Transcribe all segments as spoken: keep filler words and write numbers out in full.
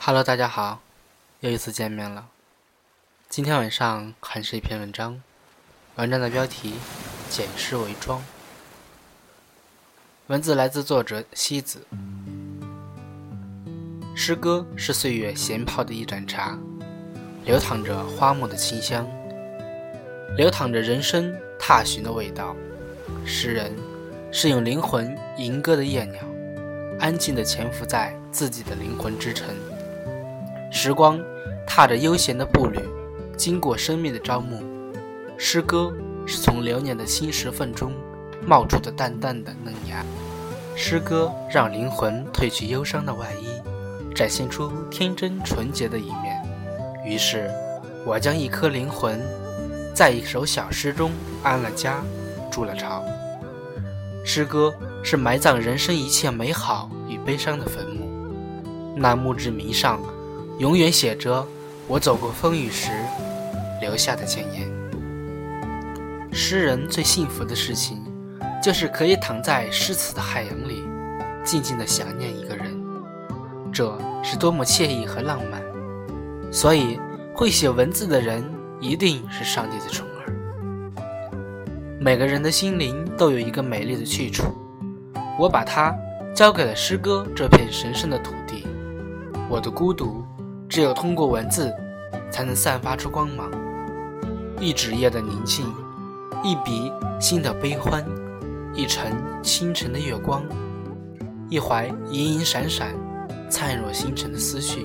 Hello， 大家好，又一次见面了。今天晚上还是一篇文章，文章的标题简诗为庄。文字来自作者西子。诗歌是岁月闲泡的一盏茶，流淌着花木的清香，流淌着人生踏寻的味道。诗人是用灵魂吟歌的夜鸟，安静地潜伏在自己的灵魂之城。时光踏着悠闲的步履，经过生命的朝暮。诗歌是从流年的新石缝中冒出的淡淡的嫩芽。诗歌让灵魂褪去忧伤的外衣，展现出天真纯洁的一面。于是我将一颗灵魂在一首小诗中安了家，筑了巢。诗歌是埋葬人生一切美好与悲伤的坟墓，那墓志铭上永远写着我走过风雨时留下的谏言。诗人最幸福的事情，就是可以躺在诗词的海洋里，静静地想念一个人，这是多么惬意和浪漫。所以会写文字的人一定是上帝的宠儿。每个人的心灵都有一个美丽的去处，我把它交给了诗歌这片神圣的土地。我的孤独只有通过文字才能散发出光芒。一纸页的宁静，一笔心的悲欢，一程清晨的月光，一怀隐隐闪闪灿若星辰的思绪，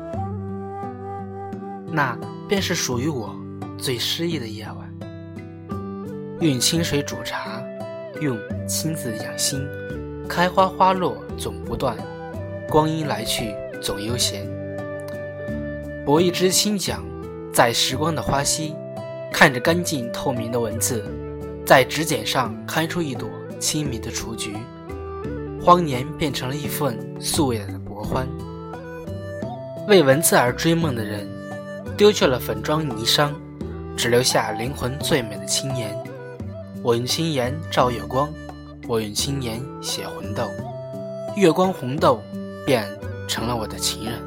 那便是属于我最诗意的夜晚。用清水煮茶，用亲自养心，开花花落总不断，光阴来去总悠闲。博一支清桨，在时光的花溪，看着干净透明的文字，在纸简上开出一朵清明的雏菊。荒年变成了一份素雅的薄欢。为文字而追梦的人，丢去了粉妆霓裳，只留下灵魂最美的青颜。我用青颜照月光，我用青颜写魂斗，月光红豆便成了我的情人。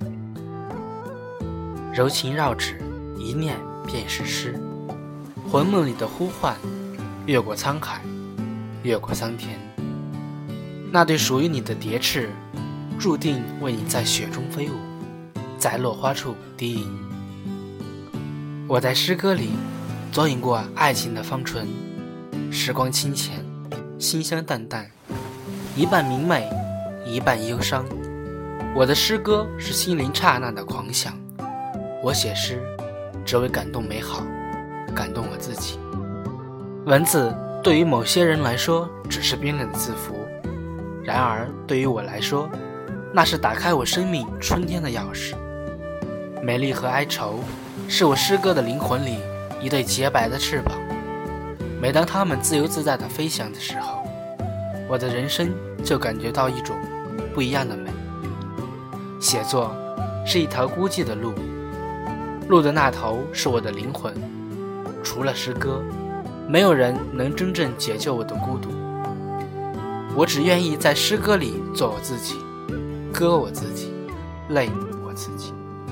柔情绕指，一念便是诗。魂梦里的呼唤，越过沧海，越过桑田。那对属于你的蝶翅，注定为你在雪中飞舞，在落花处低吟。我在诗歌里走引过爱情的芳醇，时光清浅，馨香淡淡，一半明媚，一半忧伤。我的诗歌是心灵刹那的狂想。我写诗只为感动美好，感动我自己。文字对于某些人来说只是冰冷的字符，然而对于我来说，那是打开我生命春天的钥匙。美丽和哀愁是我诗歌的灵魂里一对洁白的翅膀，每当它们自由自在地飞翔的时候，我的人生就感觉到一种不一样的美。写作是一条孤寂的路，路的那头是我的灵魂。除了诗歌，没有人能真正解救我的孤独。我只愿意在诗歌里做我自己，歌我自己，累我自己。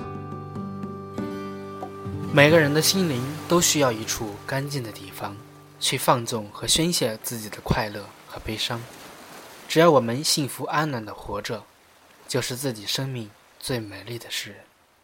每个人的心灵都需要一处干净的地方，去放纵和宣泄自己的快乐和悲伤。只要我们幸福安稳地活着，就是自己生命最美丽的诗人。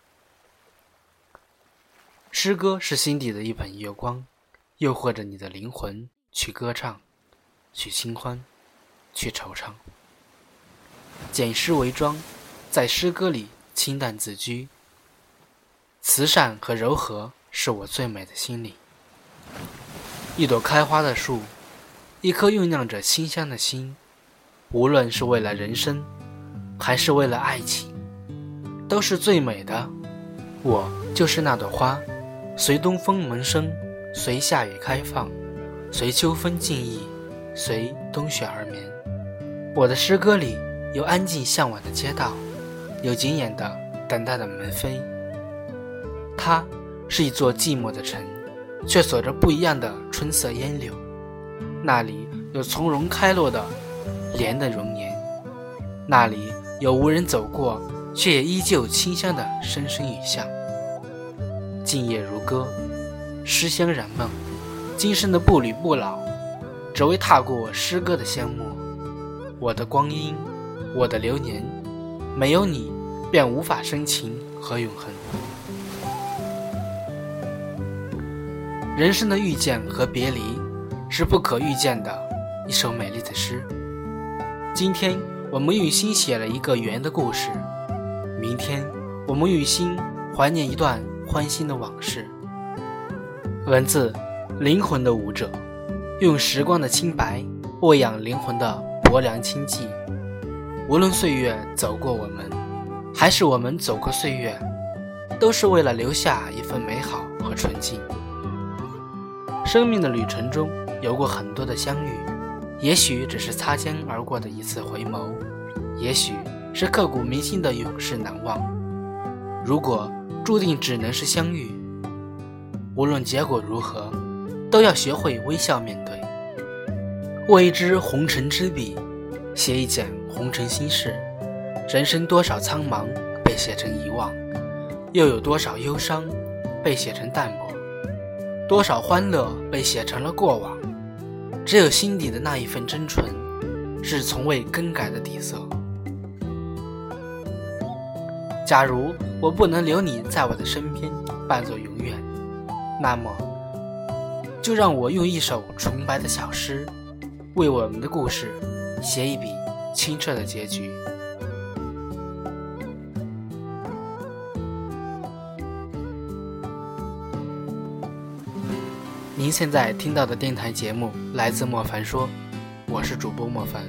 诗歌是心底的一盆月光，诱惑着你的灵魂去歌唱，去清欢，去惆怅。简诗为庄，在诗歌里清淡自居。慈善和柔和是我最美的心灵。一朵开花的树，一颗酝酿着清香的心，无论是为了人生，还是为了爱情，都是最美的。我就是那朵花，随东风萌生，随夏雨开放，随秋风静逸，随冬雪而眠。我的诗歌里有安静向往的街道，有紧眼的等待的门扉。它是一座寂寞的城，却锁着不一样的春色烟柳。那里有从容开落的莲的容颜，那里有无人走过却也依旧清香的声声雨巷。静夜如歌，诗香染梦，今生的步履不老，只为踏过诗歌的香墨。我的光阴，我的流年，没有你便无法深情和永恒。人生的遇见和别离是不可预见的一首美丽的诗。今天我们用心写了一个圆的故事，明天我们用心怀念一段欢欣的往事。文字，灵魂的舞者，用时光的清白喂养灵魂的薄凉清寂。无论岁月走过我们，还是我们走过岁月，都是为了留下一份美好和纯净。生命的旅程中有过很多的相遇，也许只是擦肩而过的一次回眸，也许是刻骨铭心的永世难忘。如果注定只能是相遇，无论结果如何，都要学会微笑面对。握一支红尘之笔，写一件红尘心事。人生多少苍茫被写成遗忘，又有多少忧伤被写成淡漠，多少欢乐被写成了过往。只有心底的那一份真纯，是从未更改的底色。假如我不能留你在我的身边伴作永远，那么就让我用一首纯白的小诗，为我们的故事写一笔清澈的结局。您现在听到的电台节目来自莫凡说，我是主播莫凡。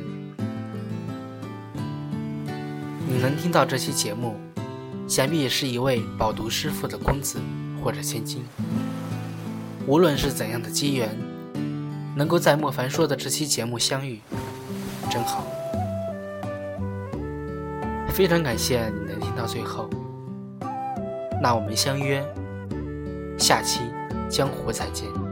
你能听到这期节目，想必也是一位饱读诗赋的公子或者千金。无论是怎样的机缘，能够在莫凡说的这期节目相遇，真好。非常感谢你能听到最后，那我们相约下期江湖再见。